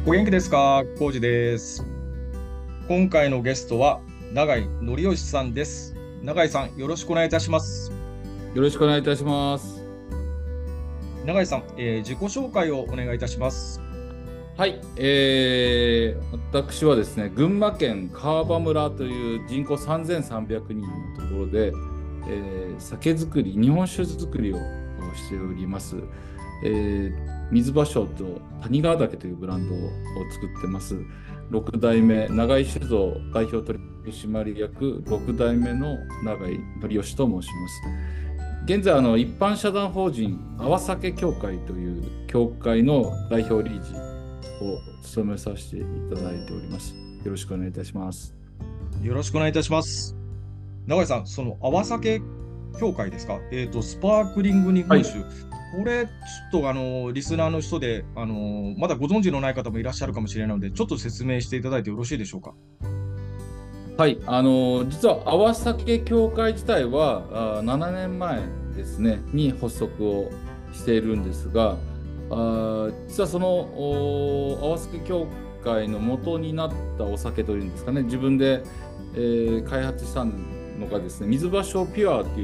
お元気ですか？浩二です。今回のゲストは永井則義さんです。永井さん、よろしくお願いいたします。 よろしくお願いいたします。 永井さん、自己紹介をお願いいたします。 はい、私はですね、群馬県川場村という人口3300人のところで、酒造り、日本酒造りをしております。水場所と谷川岳というブランドを作ってます。6代目、永井酒造代表取締役6代目の永井則義と申します。現在、一般社団法人泡酒協会という協会の代表理事を務めさせていただいております。よろしくお願いいたします。 よろしくお願いいたします。永井さん、その泡酒協会ですか？スパークリング日はい。 本酒。これ、ちょっとリスナーの人で、まだご存知のない方もいらっしゃるかもしれないので、ちょっと説明していただいてよろしいでしょうか？ はい。実は泡酒協会自体は7年前ですね、に発足をしているんですが、実はその泡酒協会の元になったお酒というんですかね、自分で、開発したのがですね、水場所ピュアという、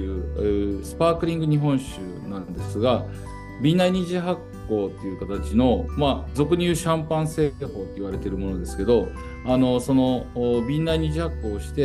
スパークリング日本酒なんですが、瓶内二次発酵という形の、俗に言うシャンパン製法と言われているものですけど、その瓶内二次発酵をして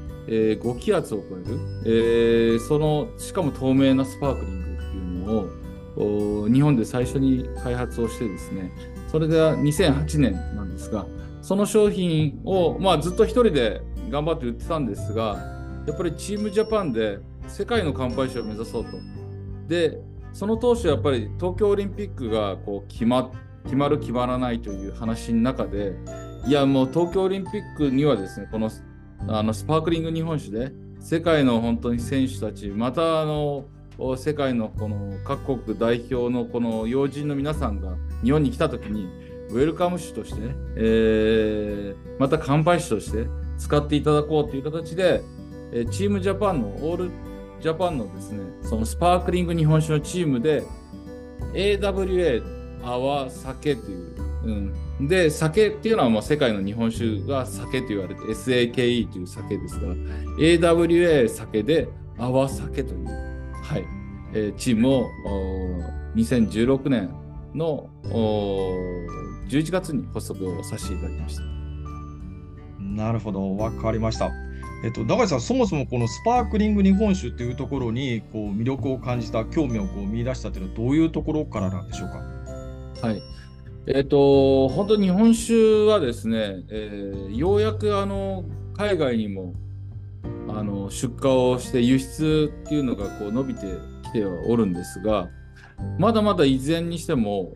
、5気圧を超える、しかも透明なスパークリングっていうのを日本で最初に開発をしてですね、それが2008年なんですが、その商品を、ずっと一人で頑張って売ってたんですが、やっぱりチームジャパンで世界の乾杯師を目指そうと。で、その当初やっぱり東京オリンピックがこう決まる決まらないという話の中で、いやもう東京オリンピックにはですね、このスパークリング日本酒で世界の本当に選手たち、また世界のこの各国代表のこの要人の皆さんが日本に来た時にウェルカム酒として、また乾杯酒として使っていただこうという形で、チームジャパンのオールジャパンのですね、そのスパークリング日本酒のチームで AWA 泡酒という、で酒っていうのはもう世界の日本酒が酒と言われて SAKE という酒ですから、 AWA 酒で泡酒という、はいチームを2016年の11月に発足をさせていただきました。 なるほど、わかりました。永井さん、そもそもこのスパークリング日本酒っていうところにこう魅力を感じた、興味を見出したっていうのはどういうところからなんでしょうか？ はい。本当日本酒はですね、ようやく海外にも出荷をして輸出っていうのがこう伸びてきてはおるんですが、まだまだ依然にしても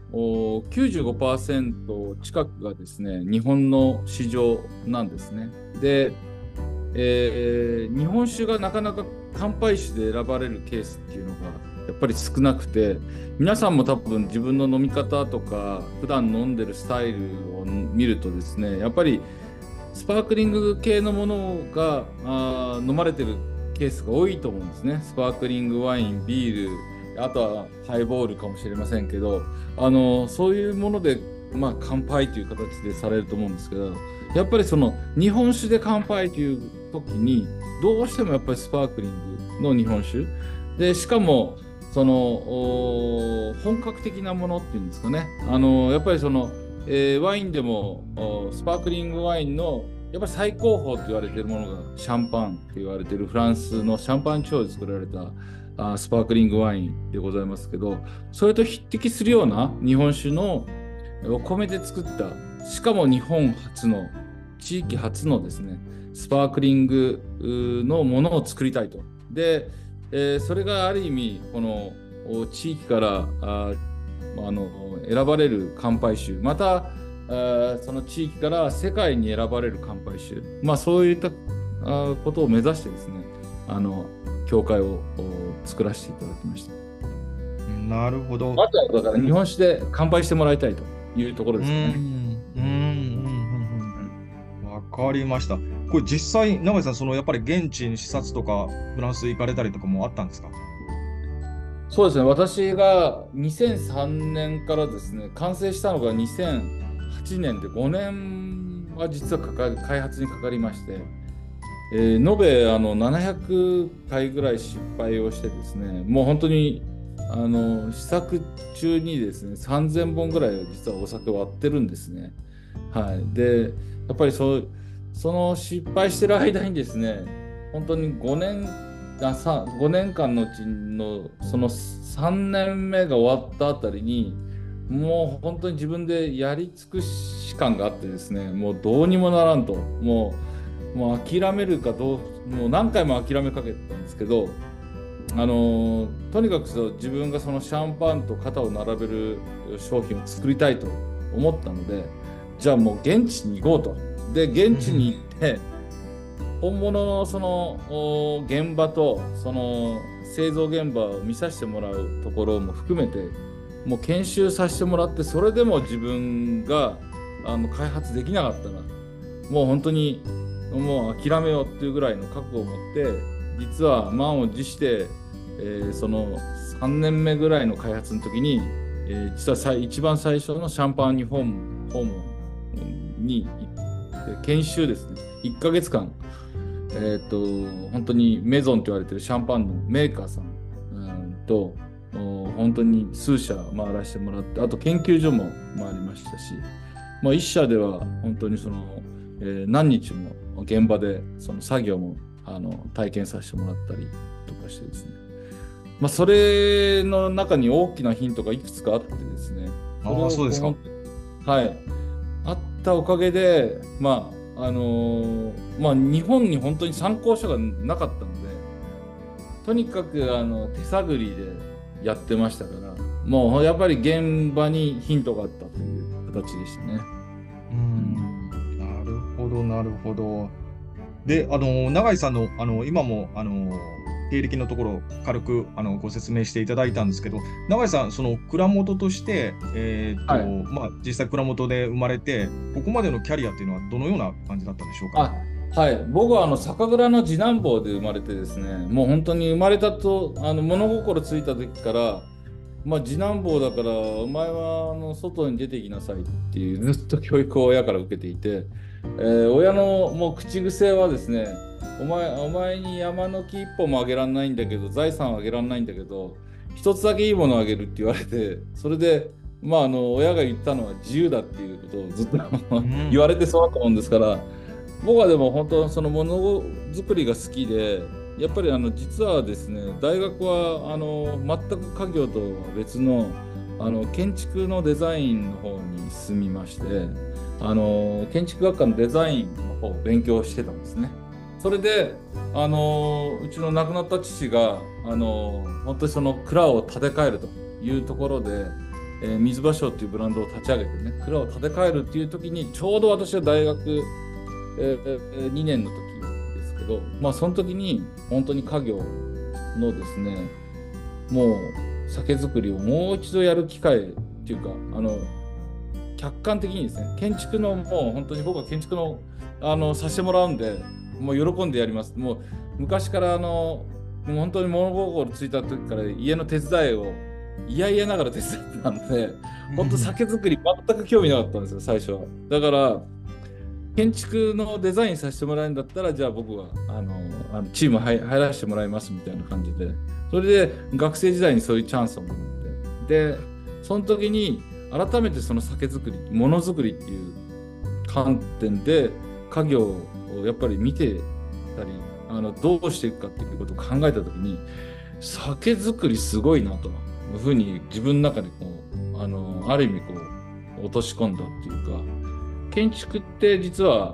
95%近くがですね、日本の市場なんですね。で、日本酒がなかなか乾杯酒で選ばれるケースっていうのがやっぱり少なくて、皆さんも多分自分の飲み方とか普段飲んでるスタイルを見るとですね、やっぱりスパークリング系のものが飲まれてるケースが多いと思うんですね。スパークリングワイン、ビール、あとはハイボールかもしれませんけど、そういうもので、乾杯という形でされると思うんですけど、やっぱりその日本酒で乾杯という時にどうしてもやっぱりスパークリングの日本酒で、しかもその本格的なものっていうんですかね、やっぱりその、ワインでもスパークリングワインのやっぱり最高峰と言われているものがシャンパンと言われているフランスのシャンパン地方で作られたスパークリングワインでございますけど、それと匹敵するような日本酒のお米で作った、しかも日本初の地域初のですねスパークリングのものを作りたいと。で、それがある意味この地域から選ばれる乾杯酒、またその地域から世界に選ばれる乾杯酒、そういったことを目指してですね、協会を作らせていただきました。 なるほど。 まずはだから日本酒で乾杯してもらいたいというところうですかね。 わかりました。これ実際、永井さん、やっぱり現地に視察とか、フランス行かれたりとかもあったんですか？ そうですね、私が2003年からですね、完成したのが2008 8年で5年は実は開発にかかりまして、延べ700回ぐらい失敗をしてですね、もう本当に試作中にですね、3000本ぐらい実はお酒を割ってるんですね。はい。で、やっぱりその失敗してる間にですね、本当に5年間のうちのその3年目が終わったあたりに、もう本当に自分でやり尽くし感があってですね、もうどうにもならんと、もう諦めるかもう何回も諦めかけてたんですけど、とにかく自分がそのシャンパンと肩を並べる商品を作りたいと思ったので、じゃあもう現地に行こうと。で、現地に行って、本物のその現場とその製造現場を見させてもらうところも含めて、もう研修させてもらって、それでも自分が開発できなかったら、もう本当にもう諦めようっていうぐらいの覚悟を持って、実は満を持して、その3年目ぐらいの開発の時に、実は一番最初のシャンパン日本訪問に行って研修ですね、1ヶ月間、本当にメゾンと言われてるシャンパンのメーカーさん、と本当に数社回らせてもらって、あと研究所も回りましたし、1社では本当に何日も現場でその作業も体験させてもらったりとかしてですね、それの中に大きなヒントがいくつかあってですね、 そうですか。 はい、あったおかげで、日本に本当に参考書がなかったので、とにかく手探りでやってましたから、もうやっぱり現場にヒントがあったという形でしたね。 なるほど、なるほど。で、永井さんの、今も、経歴のところ、軽くご説明していただいたんですけど、永井さん、その蔵元として、実際蔵元で生まれて、ここまでのキャリアっていうのはどのような感じだったんでしょうか。 はい、僕は酒蔵の次男坊で生まれてですね、もう本当に生まれたと物心ついた時から、次男坊だからお前は外に出ていきなさいっていうずっと教育を親から受けていて、親のもう口癖はですね、お前に山の木一本もあげらんないんだけど、財産はあげらんないんだけど、一つだけいいものをあげるって言われて、それで親が言ったのは自由だっていうことをずっと言われてそうだと思うんですから、僕はでも本当そのものづくりが好きで、やっぱり実はですね、大学は全く家業とは別の建築のデザインの方に進みまして、建築学科のデザインの方を勉強してたんですね。それでうちの亡くなった父が本当にその蔵を建て替えるというところで、水芭蕉というブランドを立ち上げてね、蔵を建て替えるっていう時に、ちょうど私は大学2年の時ですけど、その時に本当に家業のですね、もう酒造りをもう一度やる機会っていうか、客観的にですね、建築のもう本当に僕は建築のさせてもらうんで、もう喜んでやります。もう昔からもう本当に物心ついた時から家の手伝いを嫌々ながら手伝ってたんで、本当酒造り全く興味なかったんですよ、最初は。だから建築のデザインさせてもらえるんだったら、じゃあ僕はチーム入らせてもらいますみたいな感じで、それで学生時代にそういうチャンスをもらって、でその時に改めてその酒造り、ものづくりっていう観点で家業をやっぱり見てたり、どうしていくかっていうことを考えた時に、酒造りすごいなというふうに自分の中である意味落とし込んだっていうか、建築って実は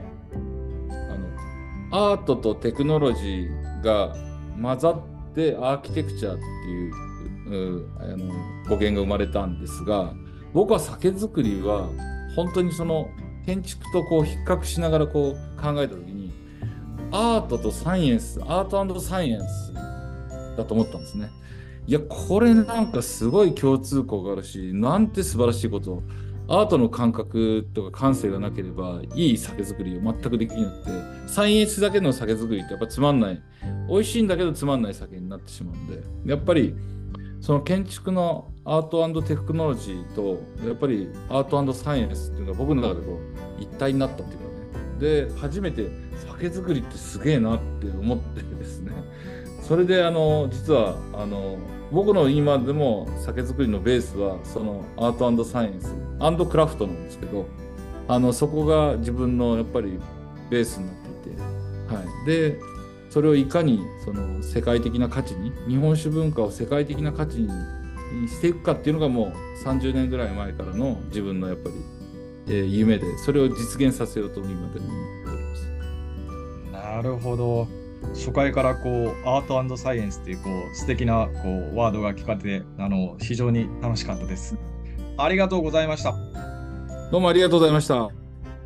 アートとテクノロジーが混ざってアーキテクチャっていう語源が生まれたんですが、僕は酒造りは本当にその建築と比較しながら考えた時に、アートとサイエンス、アート&サイエンスだと思ったんですね。いや、これなんかすごい共通項があるし、なんて素晴らしいことを、アートの感覚とか感性がなければいい酒造りを全くできなくて、サイエンスだけの酒造りってやっぱつまんない、美味しいんだけどつまんない酒になってしまうんで、やっぱりその建築のアート&テクノロジーとやっぱりアート&サイエンスっていうのが僕の中でこう一体になったっていうかね。で初めて酒造りってすげえなって思ってですね。それで実は僕の今でも酒造りのベースはそのアート&サイエンス&クラフトなんですけど、そこが自分のやっぱりベースになっていて、はい、でそれをいかにその世界的な価値に、日本酒文化を世界的な価値にしていくかっていうのがもう30年ぐらい前からの自分のやっぱり、夢で、それを実現させようと今でも思っております。 なるほど。初回からこうアート&サイエンスっていうこう素敵なこうワードが聞かれて非常に楽しかったです。ありがとうございました。 どうもありがとうございました。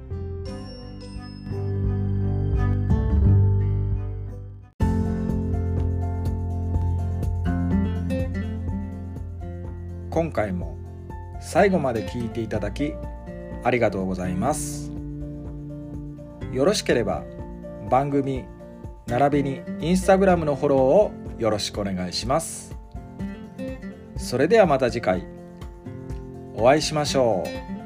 今回も最後まで聞いていただきありがとうございます。よろしければ番組並びにインスタグラムのフォローをよろしくお願いします。それではまた次回お会いしましょう。